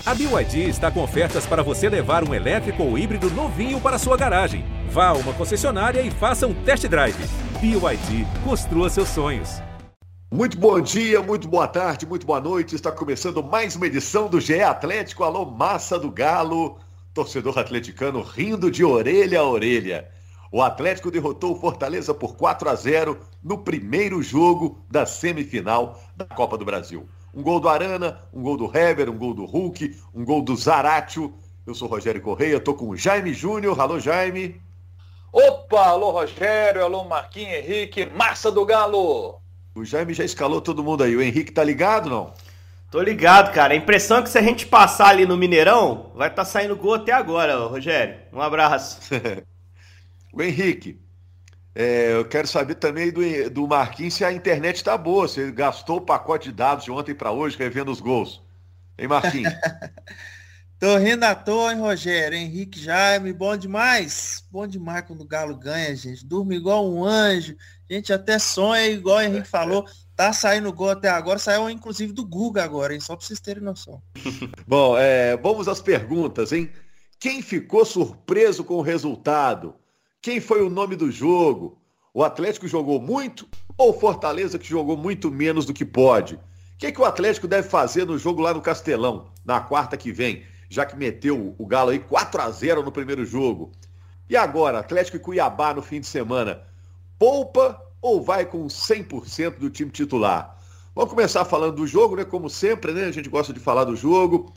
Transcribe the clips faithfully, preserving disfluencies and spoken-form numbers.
A B Y D está com ofertas para você levar um elétrico ou híbrido novinho para sua garagem. Vá a uma concessionária e faça um test drive. B Y D, construa seus sonhos. Muito bom dia, muito boa tarde, muito boa noite. Está começando mais uma edição do G E Atlético. Alô, massa do Galo. Torcedor atleticano rindo de orelha a orelha. O Atlético derrotou o Fortaleza por quatro a zero no primeiro jogo da semifinal da Copa do Brasil. Um gol do Arana, um gol do Heber, um gol do Hulk, um gol do Zaratio. Eu sou Rogério Correia, estou com o Jaime Júnior. Alô, Jaime. Opa, alô, Rogério, alô, Marquinhos, Henrique, massa do Galo. O Jaime já escalou todo mundo aí. O Henrique tá ligado, não? Tô ligado, cara. A impressão é que se a gente passar ali no Mineirão, vai estar tá saindo gol até agora, Rogério. Um abraço. O Henrique, é, eu quero saber também do, do Marquinhos se a internet tá boa, se ele gastou o pacote de dados de ontem para hoje, revendo os gols. Hein, Marquinhos? Tô rindo à toa, hein, Rogério? Henrique, Jaime, bom demais. Bom demais quando o Galo ganha, gente. Durmo igual um anjo. A gente até sonha, igual o Henrique falou. Tá saindo gol até agora. Saiu, inclusive, do Guga agora, hein? Só pra vocês terem noção. Bom, é, vamos às perguntas, hein? Quem ficou surpreso com o resultado? Quem foi o nome do jogo? O Atlético jogou muito ou o Fortaleza que jogou muito menos do que pode? O que, que o Atlético deve fazer no jogo lá no Castelão, na quarta que vem, já que meteu o Galo aí quatro a zero no primeiro jogo? E agora, Atlético e Cuiabá no fim de semana, poupa ou vai com cem por cento do time titular? Vamos começar falando do jogo, né? Como sempre, né? A gente gosta de falar do jogo.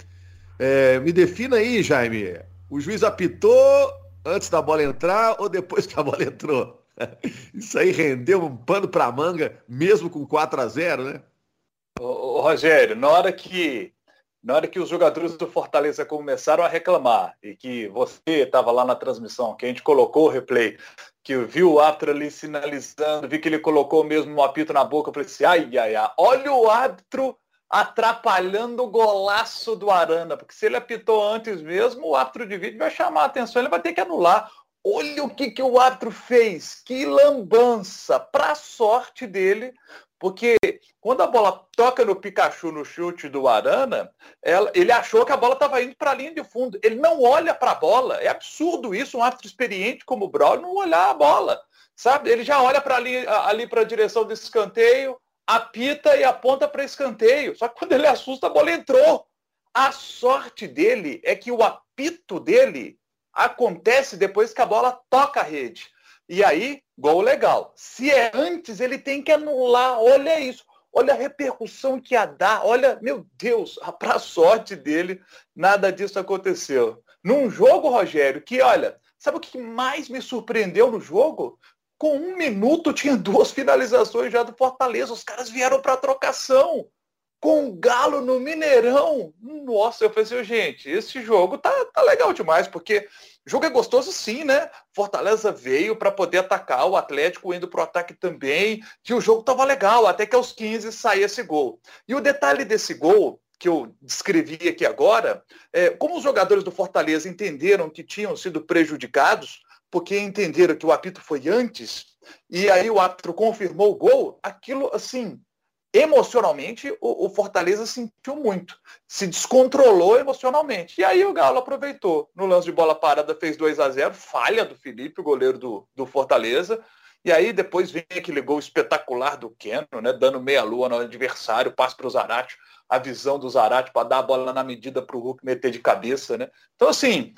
É, me defina aí, Jaime. O juiz apitou antes da bola entrar ou depois que a bola entrou? Isso aí rendeu um pano pra manga, mesmo com quatro a zero, né? Ô, ô, Rogério, na hora que na hora que os jogadores do Fortaleza começaram a reclamar e que você estava lá na transmissão, que a gente colocou o replay, que viu o árbitro ali sinalizando, vi que ele colocou mesmo um apito na boca, eu falei assim, ai, ai, ai, olha o árbitro atrapalhando o golaço do Arana, porque se ele apitou antes mesmo, o árbitro de vídeo vai chamar a atenção, ele vai ter que anular. Olha o que, que o árbitro fez, que lambança, pra sorte dele, porque quando a bola toca no Pikachu no chute do Arana, ela, ele achou que a bola estava indo para a linha de fundo, ele não olha para a bola, é absurdo isso, um árbitro experiente como o Braulio não olhar a bola, sabe? Ele já olha para ali, ali para a direção desse escanteio, apita e aponta para escanteio. Só que quando ele assusta, a bola entrou. A sorte dele é que o apito dele acontece depois que a bola toca a rede. E aí, gol legal. Se é antes, ele tem que anular. Olha isso. Olha a repercussão que ia dar. Olha, meu Deus, para a sorte dele, nada disso aconteceu. Num jogo, Rogério, que olha, sabe o que mais me surpreendeu no jogo? Com um minuto tinha duas finalizações já do Fortaleza. Os caras vieram para trocação. Com o Galo no Mineirão. Nossa, eu falei assim, gente, esse jogo tá, tá legal demais, porque o jogo é gostoso sim, né? Fortaleza veio para poder atacar, o Atlético indo pro ataque também, que o jogo tava legal, até que aos quinze saía esse gol. E o detalhe desse gol, que eu descrevi aqui agora, é como os jogadores do Fortaleza entenderam que tinham sido prejudicados, porque entenderam que o apito foi antes, e aí o árbitro confirmou o gol, aquilo, assim, emocionalmente, o, o Fortaleza sentiu muito, se descontrolou emocionalmente, e aí o Galo aproveitou, no lance de bola parada fez dois a zero, falha do Felipe, o goleiro do, do Fortaleza, e aí depois vem aquele gol espetacular do Keno, né, dando meia-lua no adversário, passe para o Zaratio, a visão do Zaratio para dar a bola na medida para o Hulk meter de cabeça, né? Então, assim,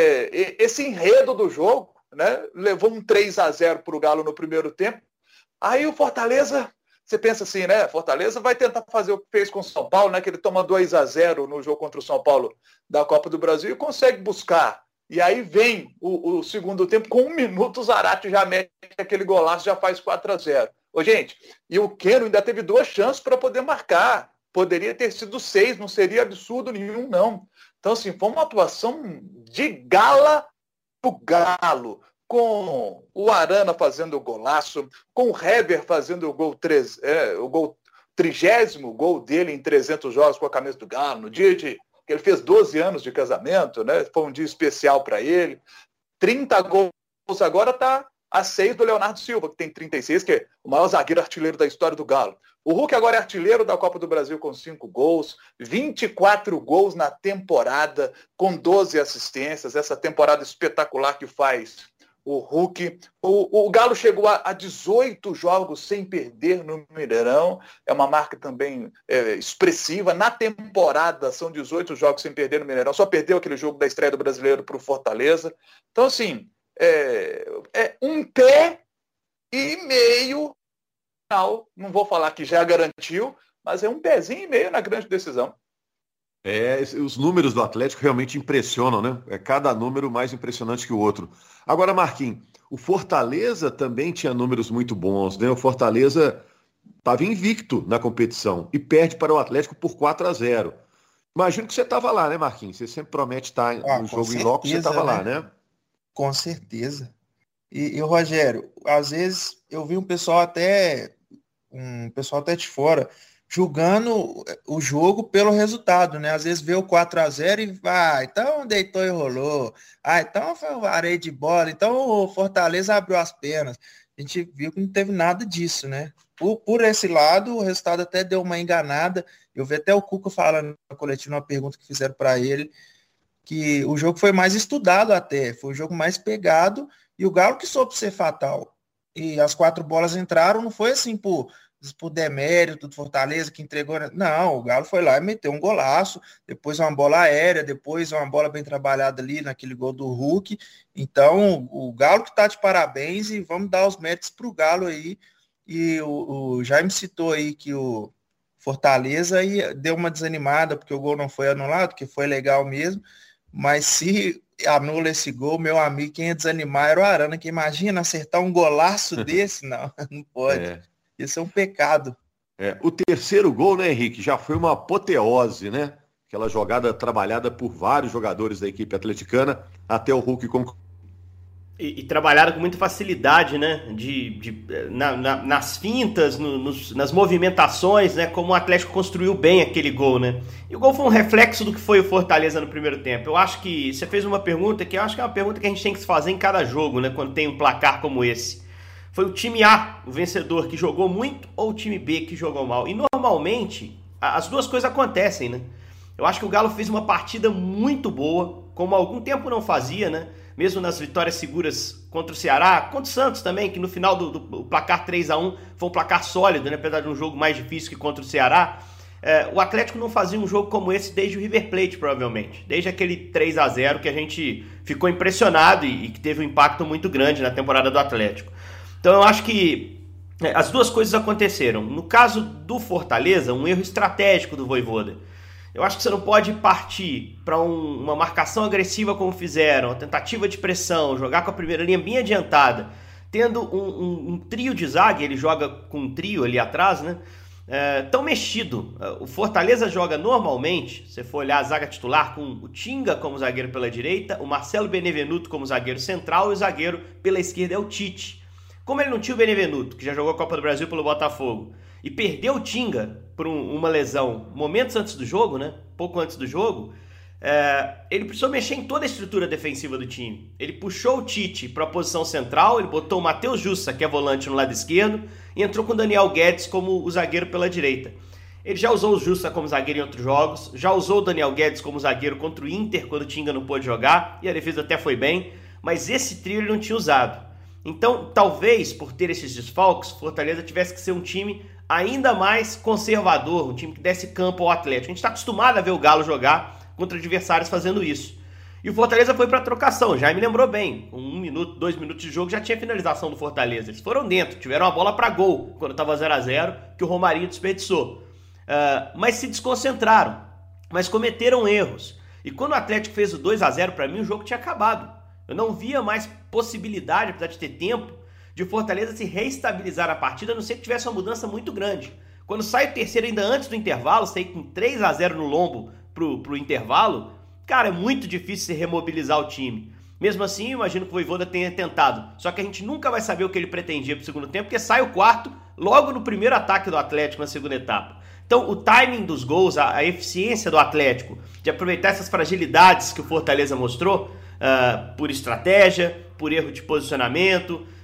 é, esse enredo do jogo, né, levou um três a zero para o Galo no primeiro tempo. Aí o Fortaleza, você pensa assim, né? Fortaleza vai tentar fazer o que fez com o São Paulo, né? Que ele toma dois a zero no jogo contra o São Paulo da Copa do Brasil e consegue buscar. E aí vem o, o segundo tempo, com um minuto o Zaratio já mete aquele golaço, já faz quatro a zero. Ô, gente, e o Keno ainda teve duas chances para poder marcar. Poderia ter sido seis, não seria absurdo nenhum, não. Então, assim, foi uma atuação de gala pro Galo, com o Arana fazendo o golaço, com o Heber fazendo o gol, três, é, o gol trigésimo gol dele em trezentos jogos com a camisa do Galo, no dia de que ele fez doze anos de casamento, né? Foi um dia especial para ele. trinta gols agora, tá a seis do Leonardo Silva, que tem trinta e seis, que é o maior zagueiro artilheiro da história do Galo. O Hulk agora é artilheiro da Copa do Brasil com cinco gols, vinte e quatro gols na temporada, com doze assistências, essa temporada espetacular que faz o Hulk. O, o Galo chegou a, a dezoito jogos sem perder no Mineirão, é uma marca também é, expressiva. Na temporada são dezoito jogos sem perder no Mineirão, só perdeu aquele jogo da estreia do Brasileiro para o Fortaleza. Então, assim, é, é um pé e meio, não vou falar que já garantiu, mas é um pezinho e meio na grande decisão. É, os números do Atlético realmente impressionam, né? É cada número mais impressionante que o outro. Agora, Marquinhos, o Fortaleza também tinha números muito bons, né? O Fortaleza estava invicto na competição e perde para o Atlético por quatro a zero. Imagino que você estava lá, né, Marquinhos? Você sempre promete estar ah, no jogo certeza, em loco, você estava né? lá, né? Com certeza. E, e o Rogério, às vezes eu vi um pessoal até, um pessoal até de fora, julgando o jogo pelo resultado, né? Às vezes vê o quatro a zero e vai, ah, então deitou e rolou. Ah, então foi um areia de bola. Então o Fortaleza abriu as pernas. A gente viu que não teve nada disso, né? Por, por esse lado, o resultado até deu uma enganada. Eu vi até o Cuca falando na coletiva, uma pergunta que fizeram para ele, que o jogo foi mais estudado até, foi o jogo mais pegado, e o Galo que soube ser fatal. E as quatro bolas entraram, não foi assim por... por demérito do Fortaleza que entregou, não, o Galo foi lá e meteu um golaço, depois uma bola aérea, depois uma bola bem trabalhada ali naquele gol do Hulk. Então o Galo que tá de parabéns, e vamos dar os méritos pro Galo aí. E o, o Jaime citou aí que o Fortaleza aí deu uma desanimada porque o gol não foi anulado, que foi legal mesmo, mas se anula esse gol, meu amigo, quem ia desanimar era o Arana, que imagina acertar um golaço desse, não, não pode. É. Isso é um pecado. É, o terceiro gol, né, Henrique, já foi uma apoteose, né? Aquela jogada trabalhada por vários jogadores da equipe atleticana até o Hulk concluir. E, e trabalharam com muita facilidade, né? De, de, na, na, nas fintas, no, nos, nas movimentações, né? Como o Atlético construiu bem aquele gol, né? E o gol foi um reflexo do que foi o Fortaleza no primeiro tempo. Eu acho que você fez uma pergunta que eu acho que é uma pergunta que a gente tem que se fazer em cada jogo, né? Quando tem um placar como esse. Foi o time A, o vencedor, que jogou muito, ou o time B que jogou mal? E normalmente, as duas coisas acontecem, né? Eu acho que o Galo fez uma partida muito boa, como há algum tempo não fazia, né? Mesmo nas vitórias seguras contra o Ceará, contra o Santos também, que no final do, do placar três a um foi um placar sólido, né? Apesar de um jogo mais difícil que contra o Ceará. É, o Atlético não fazia um jogo como esse desde o River Plate, provavelmente. Desde aquele três a zero que a gente ficou impressionado e, e que teve um impacto muito grande na temporada do Atlético. Então eu acho que as duas coisas aconteceram. No caso do Fortaleza, um erro estratégico do Vojvoda. Eu acho que você não pode partir para um, uma marcação agressiva como fizeram, uma tentativa de pressão, jogar com a primeira linha bem adiantada, tendo um, um, um trio de zaga, ele joga com um trio ali atrás, né? É, tão mexido. O Fortaleza joga normalmente, se você for olhar a zaga titular, com o Tinga como zagueiro pela direita, o Marcelo Benevenuto como zagueiro central e o zagueiro pela esquerda é o Tite. Como ele não tinha o Benevenuto, que já jogou a Copa do Brasil pelo Botafogo, e perdeu o Tinga por um, uma lesão momentos antes do jogo, né? Pouco antes do jogo, é, ele precisou mexer em toda a estrutura defensiva do time. Ele puxou o Tite para a posição central, ele botou o Matheus Jussa, que é volante, no lado esquerdo, e entrou com o Daniel Guedes como o zagueiro pela direita. Ele já usou o Jussa como zagueiro em outros jogos, já usou o Daniel Guedes como zagueiro contra o Inter, quando o Tinga não pôde jogar, e a defesa até foi bem, mas esse trio ele não tinha usado. Então, talvez, por ter esses desfalques, Fortaleza tivesse que ser um time ainda mais conservador, um time que desse campo ao Atlético. A gente está acostumado a ver o Galo jogar contra adversários fazendo isso. E o Fortaleza foi para a trocação, já me lembrou bem. Com um minuto, dois minutos de jogo, já tinha finalização do Fortaleza. Eles foram dentro, tiveram uma bola para gol, quando estava zero a zero, que o Romarinho desperdiçou. Uh, mas se desconcentraram, mas cometeram erros. E quando o Atlético fez o dois a zero, para mim o jogo tinha acabado. Eu não via mais possibilidade, apesar de ter tempo, de Fortaleza se reestabilizar a partida, a não ser que tivesse uma mudança muito grande. Quando sai o terceiro ainda antes do intervalo, sair com três a zero no lombo pro, pro intervalo, cara, é muito difícil se remobilizar o time. Mesmo assim, eu imagino que o Vojvoda tenha tentado. Só que a gente nunca vai saber o que ele pretendia pro segundo tempo, porque sai o quarto logo no primeiro ataque do Atlético na segunda etapa. Então, o timing dos gols, a, a eficiência do Atlético de aproveitar essas fragilidades que o Fortaleza mostrou, Uh, por estratégia, por erro de posicionamento,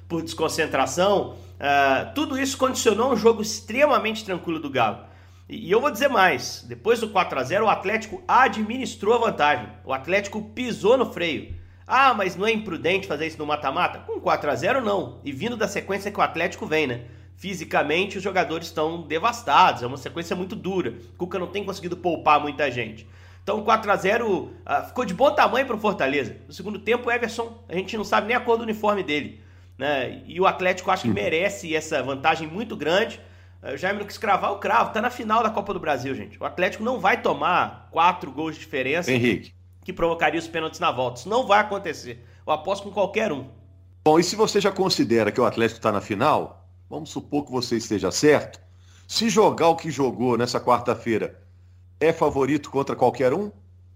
por desconcentração, uh, tudo isso condicionou um jogo extremamente tranquilo do Galo. E, e eu vou dizer mais, depois do quatro a zero o Atlético administrou a vantagem, o Atlético pisou no freio. Ah, mas não é imprudente fazer isso no mata-mata? Com quatro a zero não, e vindo da sequência que o Atlético vem, né? Fisicamente os jogadores estão devastados, é uma sequência muito dura, Cuca não tem conseguido poupar muita gente. Então quatro a zero uh, ficou de bom tamanho para o Fortaleza. No segundo tempo o Everson, a gente não sabe nem a cor do uniforme dele, né? E o Atlético acho que merece essa vantagem muito grande. O Jaime não quis cravar o cravo, tá na final da Copa do Brasil, gente. O Atlético não vai tomar quatro gols de diferença, Henrique, que provocaria os pênaltis na volta. Isso não vai acontecer. Eu aposto com qualquer um. Bom, e se você já considera que o Atlético está na final, vamos supor que você esteja certo, se jogar o que jogou nessa quarta-feira, é favorito contra qualquer um?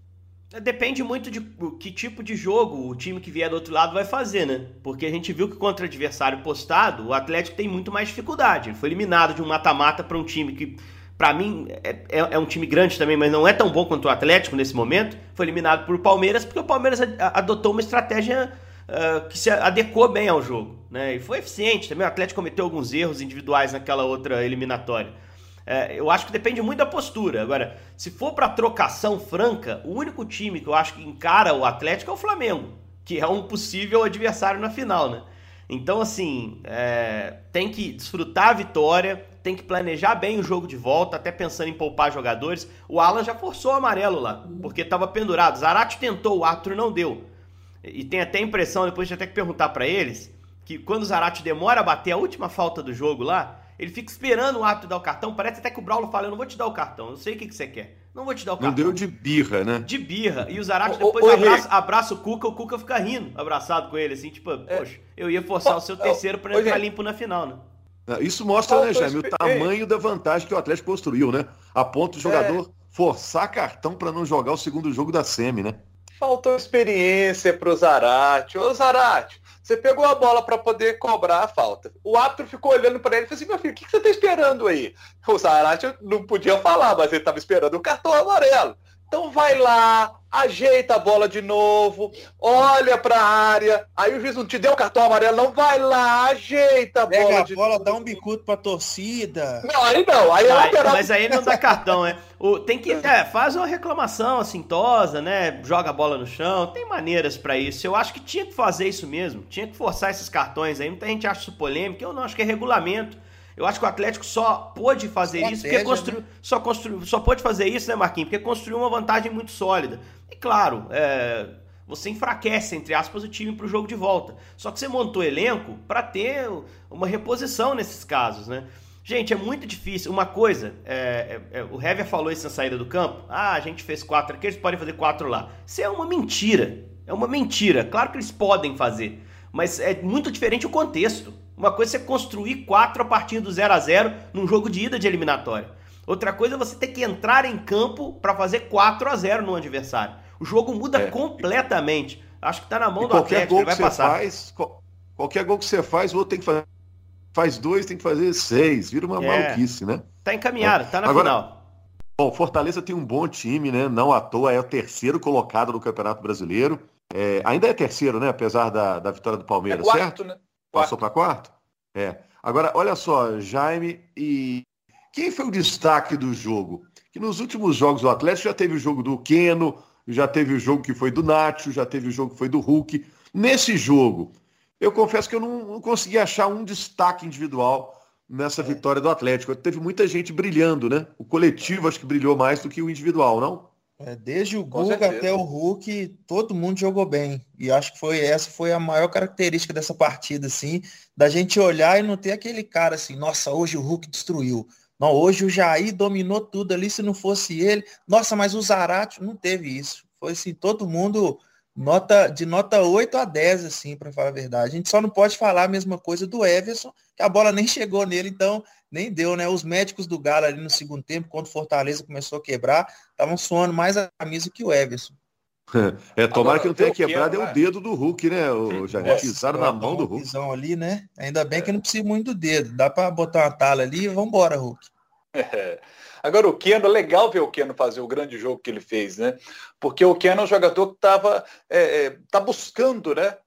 Depende muito de que tipo de jogo o time que vier do outro lado vai fazer, né? Porque a gente viu que contra adversário postado, o Atlético tem muito mais dificuldade. Ele foi eliminado de um mata-mata para um time que, para mim, é, é um time grande também, mas não é tão bom quanto o Atlético nesse momento. Foi eliminado por Palmeiras, porque o Palmeiras adotou uma estratégia uh, que se adequou bem ao jogo, né? E foi eficiente também. O Atlético cometeu alguns erros individuais naquela outra eliminatória. É, eu acho que depende muito da postura. Agora, se for para trocação franca, o único time que eu acho que encara o Atlético é o Flamengo, que é um possível adversário na final, né? Então, assim, é, tem que desfrutar a vitória, tem que planejar bem o jogo de volta, até pensando em poupar jogadores. O Alan já forçou o amarelo lá, porque estava pendurado. Zarate tentou, o árbitro não deu. E tem até a impressão, depois de até que perguntar para eles, que quando o Zarate demora a bater a última falta do jogo lá, ele fica esperando o árbitro dar o cartão. Parece até que o Braulio fala, eu não vou te dar o cartão, eu sei o que, que você quer. Não vou te dar o cartão. Não deu de birra, né? De birra. E o Zarate depois ô, ô, abraça, abraça o Cuca, o Cuca fica rindo, abraçado com ele, assim, tipo, é. Poxa, eu ia forçar ô, o seu terceiro pra entrar limpo na final, né? Isso mostra, né, Jaime, o tamanho da vantagem que o Atlético construiu, né? A ponto do jogador é. forçar cartão pra não jogar o segundo jogo da semi, né? Faltou experiência pro Zarate. Ô, Zarate, você pegou a bola para poder cobrar a falta. O árbitro ficou olhando para ele e falou assim, meu filho, o que você está esperando aí? O Zarate não podia falar, mas ele estava esperando o cartão amarelo. Então vai lá, ajeita a bola de novo, olha para a área, aí o juiz não te deu o cartão amarelo, não, vai lá, ajeita a bola. Pega a de bola, novo. Dá um bicudo para a torcida. Não, aí não, aí é lateral. Mas aí não dá cartão, né? O, tem que, é, faz uma reclamação assintosa, né? Joga a bola no chão, tem maneiras para isso. Eu acho que tinha que fazer isso mesmo, tinha que forçar esses cartões aí. Muita gente acha isso polêmico, eu não acho que é regulamento. Eu acho que o Atlético só pôde fazer Estratégia, isso porque construiu, né? só, construiu, só pôde fazer isso, né, Marquinhos? Porque construiu uma vantagem muito sólida. E claro, é, você enfraquece, entre aspas, o time para o jogo de volta. Só que você montou elenco para ter uma reposição nesses casos, né? Gente, é muito difícil. Uma coisa, é, é, é, o Hever falou isso na saída do campo. Ah, a gente fez quatro aqui, eles podem fazer quatro lá. Isso é uma mentira. É uma mentira. Claro que eles podem fazer, mas é muito diferente o contexto. Uma coisa é você construir quatro a partir do zero a zero num jogo de ida de eliminatória. Outra coisa é você ter que entrar em campo para fazer quatro a zero no adversário. O jogo muda é. completamente. Acho que tá na mão e do Atlético, ele vai passar. Faz, qualquer gol que você faz, o outro tem que fazer. Faz dois, tem que fazer seis. Vira uma é. maluquice, né? Tá encaminhado, é. tá na Agora, final. Bom, Fortaleza tem um bom time, né? Não à toa, é o terceiro colocado no Campeonato Brasileiro. É, ainda é terceiro, né? Apesar da, da vitória do Palmeiras, é quarto, certo? Né? Passou para quarto? É. Agora, olha só, Jaime, e quem foi o destaque do jogo? Que nos últimos jogos do Atlético já teve o jogo do Keno, já teve o jogo que foi do Nacho, já teve o jogo que foi do Hulk. Nesse jogo, eu confesso que eu não, não consegui achar um destaque individual nessa é. vitória do Atlético. Teve muita gente brilhando, né? O coletivo acho que brilhou mais do que o individual, não? É, desde o Guga até o Hulk, todo mundo jogou bem. E acho que foi essa foi a maior característica dessa partida, assim, da gente olhar e não ter aquele cara assim, nossa, hoje o Hulk destruiu. Não, hoje o Jair dominou tudo ali, se não fosse ele. Nossa, mas o Zarate não teve isso. Foi assim, todo mundo nota, de nota oito a dez, assim, para falar a verdade. A gente só não pode falar a mesma coisa do Everson, que a bola nem chegou nele, então nem deu, né? Os médicos do Galo ali no segundo tempo, quando o Fortaleza começou a quebrar, estavam suando mais a camisa que o Everson. É, tomara Agora, que não tenha quebrado, é o dedo do Hulk, né? O, já é, pisaram na mão do Hulk. Ali, né? Ainda bem é. que não precisa muito do dedo. Dá para botar uma tala ali e vambora, Hulk. É. Agora o Keno, é legal ver o Keno fazer o grande jogo que ele fez, né? Porque o Keno é um jogador que estava é, é, tá buscando, né?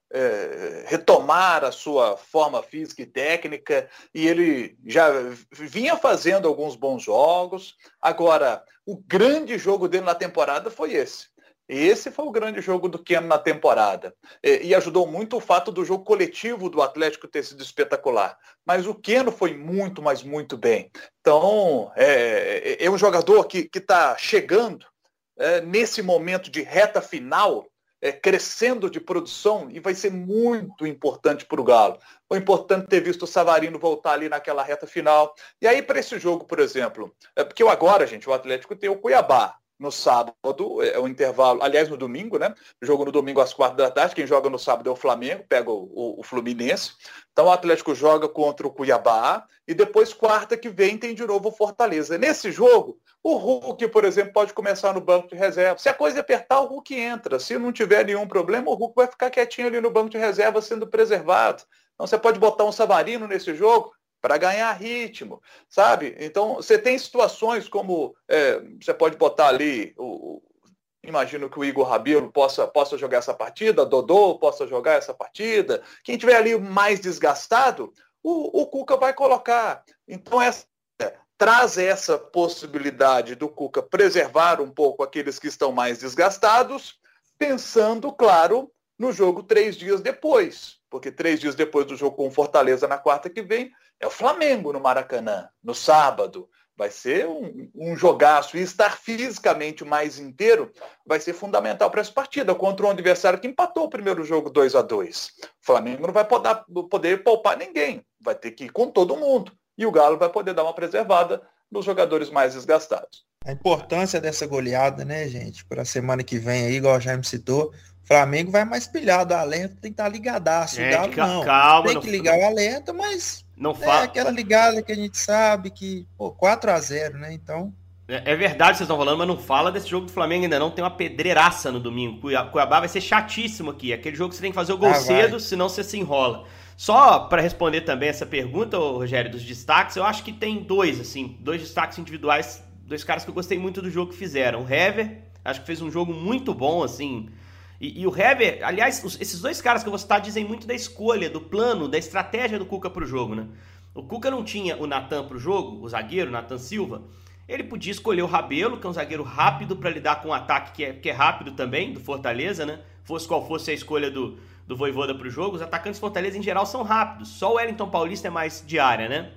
é, retomar a sua forma física e técnica, e ele já vinha fazendo alguns bons jogos. Agora, o grande jogo dele na temporada foi esse. Esse foi o grande jogo do Keno na temporada. E, e ajudou muito o fato do jogo coletivo do Atlético ter sido espetacular. Mas o Keno foi muito, mas muito bem. Então, é, é um jogador que está chegando é, nesse momento de reta final, é, crescendo de produção, e vai ser muito importante para o Galo. Foi importante ter visto o Savarino voltar ali naquela reta final. E aí, para esse jogo, por exemplo, é porque agora, gente, o Atlético tem o Cuiabá. No sábado, é o intervalo, aliás, no domingo, né? Jogo no domingo às quatro da tarde. Quem joga no sábado é o Flamengo, pega o, o, o Fluminense. Então o Atlético joga contra o Cuiabá e depois, quarta que vem, tem de novo o Fortaleza. Nesse jogo, o Hulk, por exemplo, pode começar no banco de reserva. Se a coisa apertar, o Hulk entra. Se não tiver nenhum problema, o Hulk vai ficar quietinho ali no banco de reserva sendo preservado. Então você pode botar um Savarino nesse jogo para ganhar ritmo, sabe? Então, você tem situações como, é, você pode botar ali, o, imagino que o Igor Rabelo possa, possa jogar essa partida, Dodô possa jogar essa partida, quem tiver ali mais desgastado, o, o Cuca vai colocar. Então, essa, é, traz essa possibilidade do Cuca preservar um pouco aqueles que estão mais desgastados, pensando, claro, no jogo três dias depois, porque três dias depois do jogo com o Fortaleza na quarta que vem, é o Flamengo no Maracanã, no sábado. Vai ser um, um jogaço, e estar fisicamente mais inteiro vai ser fundamental para essa partida, contra um adversário que empatou o primeiro jogo dois a dois. O Flamengo não vai poder, poder poupar ninguém, vai ter que ir com todo mundo. E o Galo vai poder dar uma preservada nos jogadores mais desgastados. A importância dessa goleada, né, gente, para a semana que vem aí, igual o Jaime citou, o Flamengo vai mais pilhado, o alerta tem que estar ligadaço, o Galo não. Calma, tem que ligar o alerta, mas não é fala... aquela ligada que a gente sabe que, pô, quatro a zero, né, então... É, é verdade, vocês estão falando, mas não fala desse jogo do Flamengo ainda não, tem uma pedreiraça no domingo, Cuiabá vai ser chatíssimo aqui, aquele jogo que você tem que fazer o gol ah, cedo, vai. Senão você se enrola. Só para responder também essa pergunta, Rogério, dos destaques, eu acho que tem dois, assim, dois destaques individuais, dois caras que eu gostei muito do jogo que fizeram. O Hever, acho que fez um jogo muito bom, assim, e, e o Hever, aliás, os, esses dois caras que eu vou citar dizem muito da escolha, do plano, da estratégia do Cuca pro jogo, né? O Cuca não tinha o Natan pro jogo, o zagueiro, o Natan Silva, ele podia escolher o Rabelo, que é um zagueiro rápido para lidar com um ataque que é, que é rápido também, do Fortaleza, né? Fosse qual fosse a escolha do, do Vojvoda pro jogo, os atacantes do Fortaleza em geral são rápidos, só o Wellington Paulista é mais de área, né?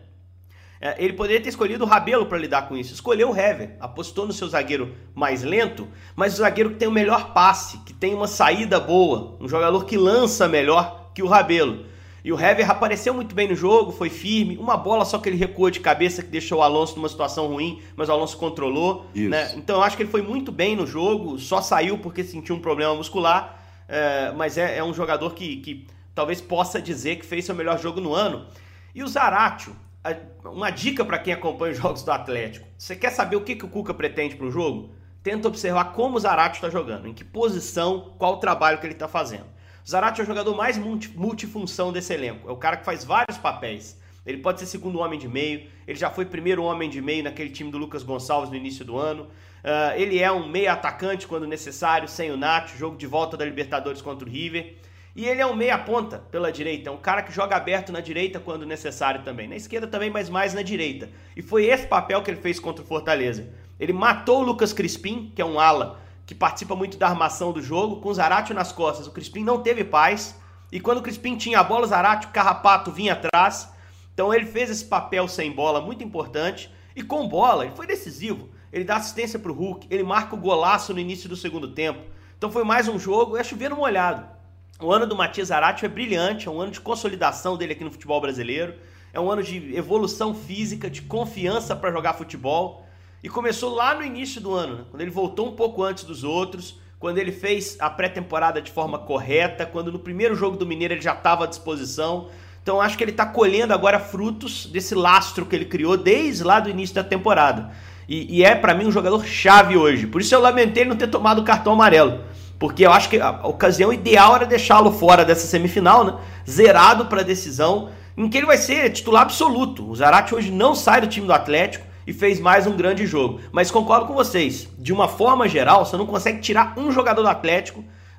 Ele poderia ter escolhido o Rabelo para lidar com isso. Escolheu o Hever, apostou no seu zagueiro mais lento, mas o zagueiro que tem o melhor passe, que tem uma saída boa, um jogador que lança melhor que o Rabelo. E o Hever apareceu muito bem no jogo, foi firme, uma bola só que ele recuou de cabeça que deixou o Alonso numa situação ruim, mas o Alonso controlou. Né? Então eu acho que ele foi muito bem no jogo, só saiu porque sentiu um problema muscular, é, mas é, é um jogador que, que talvez possa dizer que fez seu melhor jogo no ano. E o Zaratio, uma dica para quem acompanha os jogos do Atlético. Você quer saber o que, que o Cuca pretende para o jogo? Tenta observar como o Zaratio está jogando, em que posição, qual o trabalho que ele está fazendo. O Zaratio é o jogador mais multi, multifunção desse elenco. É o cara que faz vários papéis. Ele pode ser segundo homem de meio, ele já foi primeiro homem de meio naquele time do Lucas Gonçalves no início do ano. Uh, ele é um meio atacante quando necessário, sem o Nacho, jogo de volta da Libertadores contra o River. E ele é um meia ponta pela direita, é um cara que joga aberto na direita quando necessário também. Na esquerda também, mas mais na direita. E foi esse papel que ele fez contra o Fortaleza. Ele matou o Lucas Crispim, que é um ala que participa muito da armação do jogo, com o Zaratio nas costas. O Crispim não teve paz, e quando o Crispim tinha a bola, o Zaratio, carrapato, vinha atrás. Então ele fez esse papel sem bola muito importante, e com bola ele foi decisivo. Ele dá assistência para o Hulk, ele marca o golaço no início do segundo tempo. Então foi mais um jogo, é chover no molhado. O ano do Matias Zaratio é brilhante, é um ano de consolidação dele aqui no futebol brasileiro, é um ano de evolução física, de confiança para jogar futebol, e começou lá no início do ano, né? Quando ele voltou um pouco antes dos outros, quando ele fez a pré-temporada de forma correta, quando no primeiro jogo do Mineiro ele já estava à disposição. Então acho que ele está colhendo agora frutos desse lastro que ele criou desde lá do início da temporada, e, e é para mim um jogador chave hoje, por isso eu lamentei ele não ter tomado o cartão amarelo. Porque eu acho que a ocasião ideal era deixá-lo fora dessa semifinal, né? Zerado para a decisão, em que ele vai ser titular absoluto. O Zaratio hoje não sai do time do Atlético e fez mais um grande jogo. Mas concordo com vocês, de uma forma geral, você não consegue tirar um jogador do Atlético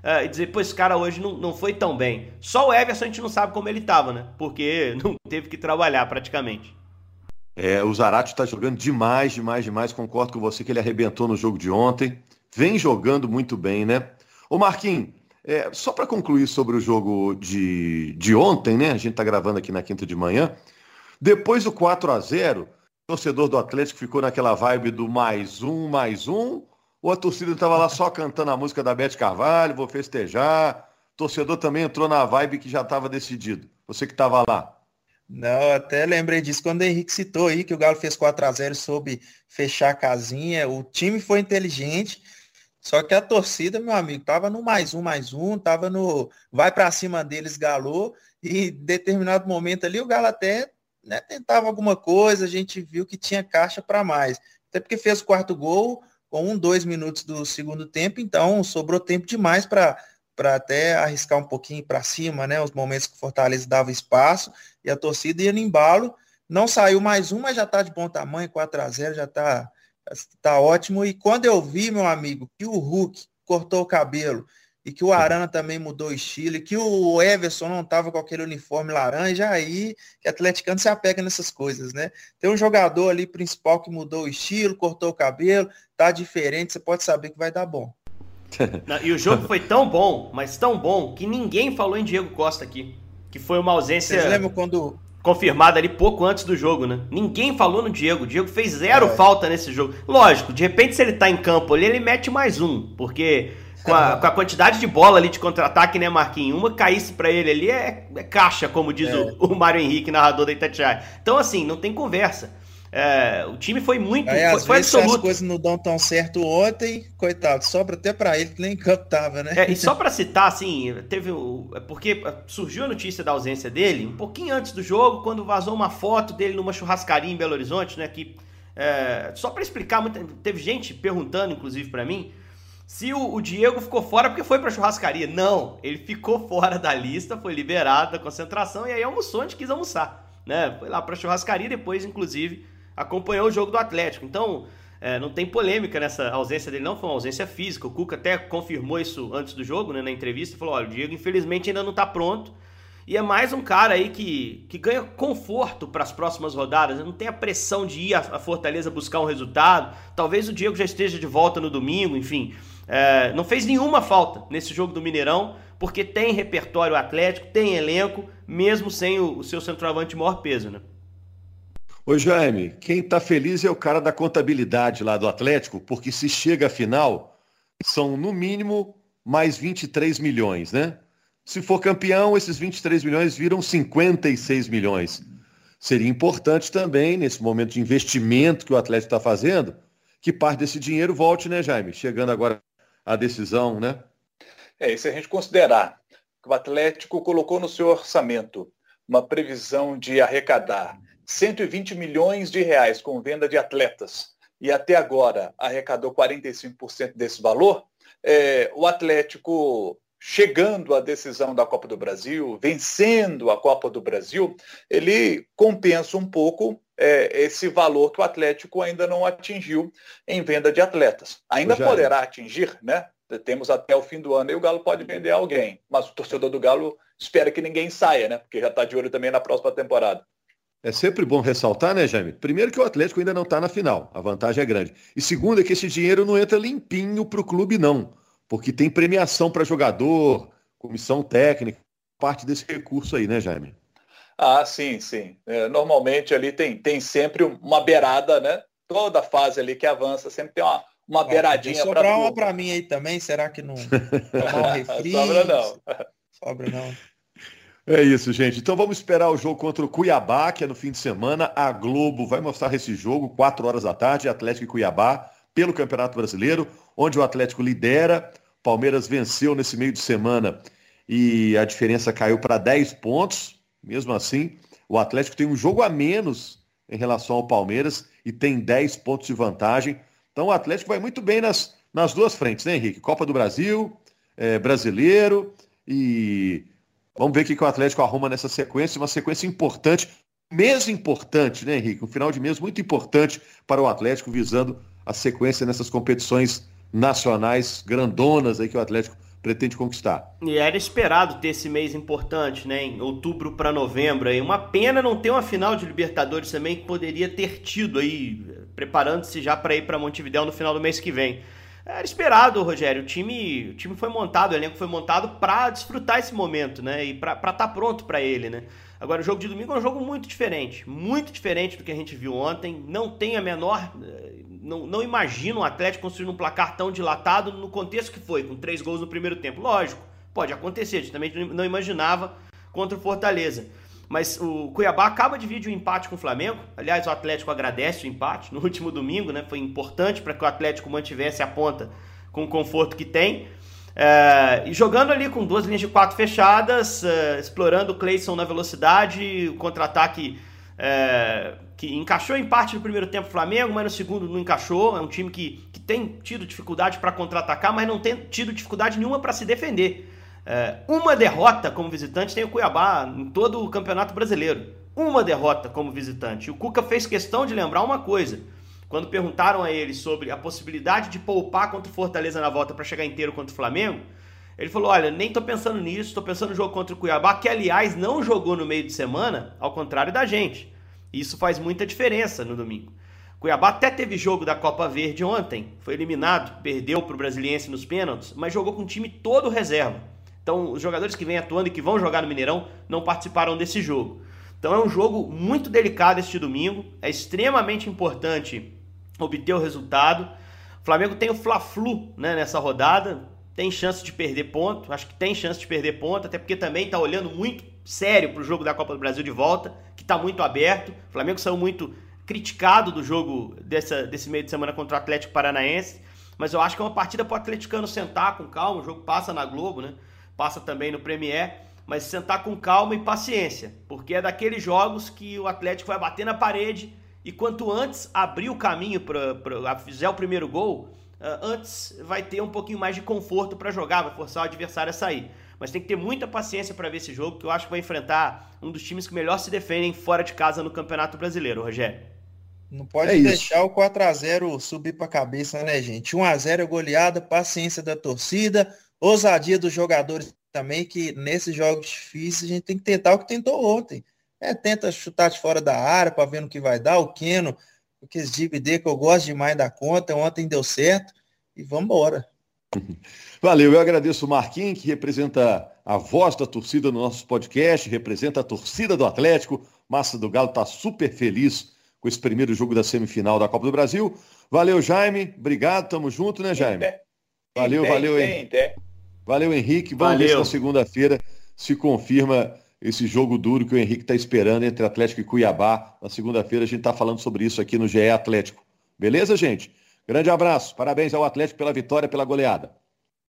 uh, e dizer, pô, esse cara hoje não, não foi tão bem. Só o Everson a gente não sabe como ele estava, né? Porque não teve que trabalhar praticamente. É, o Zarate está jogando demais, demais, demais. Concordo com você que ele arrebentou no jogo de ontem. Vem jogando muito bem, né? Ô Marquinhos, é, só para concluir sobre o jogo de, de ontem, né? A gente está gravando aqui na quinta de manhã. Depois do quatro a zero, o torcedor do Atlético ficou naquela vibe do mais um, mais um, ou a torcida estava lá só cantando a música da Beth Carvalho, vou festejar. O torcedor também entrou na vibe que já estava decidido. Você que estava lá. Não, até lembrei disso quando o Henrique citou aí que o Galo fez quatro a zero, soube fechar a casinha. O time foi inteligente, só que a torcida, meu amigo, tava no mais um, mais um, tava no vai para cima deles, Galo, e em determinado momento ali o Galo até, né, tentava alguma coisa, a gente viu que tinha caixa para mais. Até porque fez o quarto gol com um, dois minutos do segundo tempo, então sobrou tempo demais para para até arriscar um pouquinho para cima, né? Os momentos que o Fortaleza dava espaço e a torcida ia no embalo. Não saiu mais um, mas já está de bom tamanho, quatro a zero, já está tá ótimo. E quando eu vi, meu amigo, que o Hulk cortou o cabelo e que o Arana também mudou o estilo e que o Everson não estava com aquele uniforme laranja, aí que atleticano se apega nessas coisas, né? Tem um jogador ali principal que mudou o estilo, cortou o cabelo, tá diferente, você pode saber que vai dar bom. E o jogo foi tão bom, mas tão bom, que ninguém falou em Diego Costa aqui. Que foi uma ausência Vocês lembram quando... confirmada ali pouco antes do jogo, né? Ninguém falou no Diego. O Diego fez zero é. falta nesse jogo. Lógico, de repente se ele tá em campo ali, ele mete mais um. Porque com a, com a quantidade de bola ali de contra-ataque, né, Marquinhos? Uma caísse pra ele ali é, é caixa, como diz é. o, o Mário Henrique, narrador da Itatiaia. Então, assim, não tem conversa. É, o time foi muito, aí, foi, às foi vezes, absoluto. As coisas não dão tão certo ontem, coitado, sobra até pra ele que nem em campo tava, né? É, e só pra citar, assim, teve o, porque surgiu a notícia da ausência dele um pouquinho antes do jogo, quando vazou uma foto dele numa churrascaria em Belo Horizonte, né? Que é, só pra explicar, teve gente perguntando, inclusive pra mim, se o, o Diego ficou fora porque foi pra churrascaria. Não, ele ficou fora da lista, foi liberado da concentração e aí almoçou onde quis almoçar, né? Foi lá pra churrascaria, depois, inclusive, acompanhou o jogo do Atlético. Então, é, não tem polêmica nessa ausência dele, não. Foi uma ausência física. O Cuca até confirmou isso antes do jogo, né, na entrevista. Falou, olha, o Diego infelizmente ainda não tá pronto. E é mais um cara aí que, que ganha conforto para as próximas rodadas. Não tem a pressão de ir a Fortaleza buscar um resultado. Talvez o Diego já esteja de volta no domingo, enfim. É, não fez nenhuma falta nesse jogo do Mineirão, porque tem repertório atlético, tem elenco, mesmo sem o, o seu centroavante de maior peso, né? Ô Jaime, quem tá feliz é o cara da contabilidade lá do Atlético, porque se chega à final, são no mínimo mais vinte e três milhões, né? Se for campeão, esses vinte e três milhões viram cinquenta e seis milhões. Seria importante também, nesse momento de investimento que o Atlético está fazendo, que parte desse dinheiro volte, né, Jaime? Chegando agora à decisão, né? É, e se a gente considerar que o Atlético colocou no seu orçamento uma previsão de arrecadar cento e vinte milhões de reais com venda de atletas e até agora arrecadou quarenta e cinco por cento desse valor, é, o Atlético chegando à decisão da Copa do Brasil, vencendo a Copa do Brasil, ele compensa um pouco é, esse valor que o Atlético ainda não atingiu em venda de atletas. Ainda poderá atingir, né? Temos até o fim do ano e o Galo pode vender alguém, mas o torcedor do Galo espera que ninguém saia, né? Porque já está de olho também na próxima temporada. É sempre bom ressaltar, né, Jaime? Primeiro que o Atlético ainda não está na final, a vantagem é grande. E segundo é que esse dinheiro não entra limpinho para o clube, não. Porque tem premiação para jogador, comissão técnica, parte desse recurso aí, né, Jaime? Ah, sim, sim. É, normalmente ali tem, tem sempre uma beirada, né? Toda fase ali que avança sempre tem uma, uma ah, beiradinha para sobrar uma para mim aí também, será que não tomar um refri? Sobra não. Sobra não. É isso, gente. Então vamos esperar o jogo contra o Cuiabá, que é no fim de semana. A Globo vai mostrar esse jogo, quatro horas da tarde, Atlético e Cuiabá, pelo Campeonato Brasileiro, onde o Atlético lidera. Palmeiras venceu nesse meio de semana e a diferença caiu para dez pontos. Mesmo assim, o Atlético tem um jogo a menos em relação ao Palmeiras e tem dez pontos de vantagem. Então o Atlético vai muito bem nas, nas duas frentes, né, Henrique? Copa do Brasil, é, Brasileiro e... Vamos ver o que o Atlético arruma nessa sequência, uma sequência importante, mês importante, né, Henrique? Um final de mês muito importante para o Atlético, visando a sequência nessas competições nacionais grandonas aí que o Atlético pretende conquistar. E era esperado ter esse mês importante, né? Em outubro para novembro. Aí. Uma pena não ter uma final de Libertadores também, que poderia ter tido aí, preparando-se já para ir para Montevidéu no final do mês que vem. Era esperado, Rogério. O time, o time foi montado, o elenco foi montado para desfrutar esse momento, né? E para estar tá pronto para ele, né? Agora, o jogo de domingo é um jogo muito diferente. Muito diferente do que a gente viu ontem. Não tem a menor... Não, não imagino o Atlético construindo um placar tão dilatado no contexto que foi, com três gols no primeiro tempo. Lógico, pode acontecer. A gente também não imaginava contra o Fortaleza. Mas o Cuiabá acaba de vir de um empate com o Flamengo. Aliás, o Atlético agradece o empate no último domingo, né? Foi importante para que o Atlético mantivesse a ponta com o conforto que tem. É, e jogando ali com duas linhas de quatro fechadas, é, explorando o Cleison na velocidade, o contra-ataque é, que encaixou em parte no primeiro tempo o Flamengo, mas no segundo não encaixou. É um time que, que tem tido dificuldade para contra-atacar, mas não tem tido dificuldade nenhuma para se defender. É, uma derrota como visitante tem o Cuiabá em todo o Campeonato Brasileiro. Uma derrota como visitante. E o Cuca fez questão de lembrar uma coisa. Quando perguntaram a ele sobre a possibilidade de poupar contra o Fortaleza na volta para chegar inteiro contra o Flamengo, ele falou, olha, nem tô pensando nisso, tô pensando no jogo contra o Cuiabá, que aliás não jogou no meio de semana, ao contrário da gente. Isso faz muita diferença no domingo. Cuiabá até teve jogo da Copa Verde ontem, foi eliminado, perdeu para o Brasiliense nos pênaltis, mas jogou com o time todo reserva. Então, os jogadores que vêm atuando e que vão jogar no Mineirão não participaram desse jogo. Então, é um jogo muito delicado este domingo. É extremamente importante obter o resultado. O Flamengo tem o Fla-Flu, né, nessa rodada. Tem chance de perder ponto. Acho que tem chance de perder ponto, até porque também está olhando muito sério para o jogo da Copa do Brasil de volta, que está muito aberto. O Flamengo saiu muito criticado do jogo dessa, desse meio de semana contra o Atlético Paranaense. Mas eu acho que é uma partida para o atleticano sentar com calma. O jogo passa na Globo, né? Passa também no Premier, mas sentar com calma e paciência, porque é daqueles jogos que o Atlético vai bater na parede e quanto antes abrir o caminho para fizer o primeiro gol, antes vai ter um pouquinho mais de conforto para jogar, vai forçar o adversário a sair. Mas tem que ter muita paciência para ver esse jogo, que eu acho que vai enfrentar um dos times que melhor se defendem fora de casa no Campeonato Brasileiro, Rogério. Não pode É deixar isso. o quatro a zero subir para a cabeça, né, gente? um a zero é goleada, paciência da torcida, ousadia dos jogadores também, que nesses jogos difíceis a gente tem que tentar o que tentou ontem. É, tenta chutar de fora da área para ver no que vai dar. O Keno, aqueles D V D que eu gosto demais da conta, ontem deu certo e vamos embora. Valeu, eu agradeço o Marquinhos, que representa a voz da torcida no nosso podcast, representa a torcida do Atlético. Massa do Galo está super feliz com esse primeiro jogo da semifinal da Copa do Brasil. Valeu, Jaime. Obrigado, tamo junto, né, Jaime? Valeu, valeu, hein? Valeu, Henrique. Vamos Valeu. ver se na segunda-feira se confirma esse jogo duro que o Henrique está esperando entre Atlético e Cuiabá. Na segunda-feira a gente está falando sobre isso aqui no G E Atlético. Beleza, gente? Grande abraço. Parabéns ao Atlético pela vitória, pela goleada.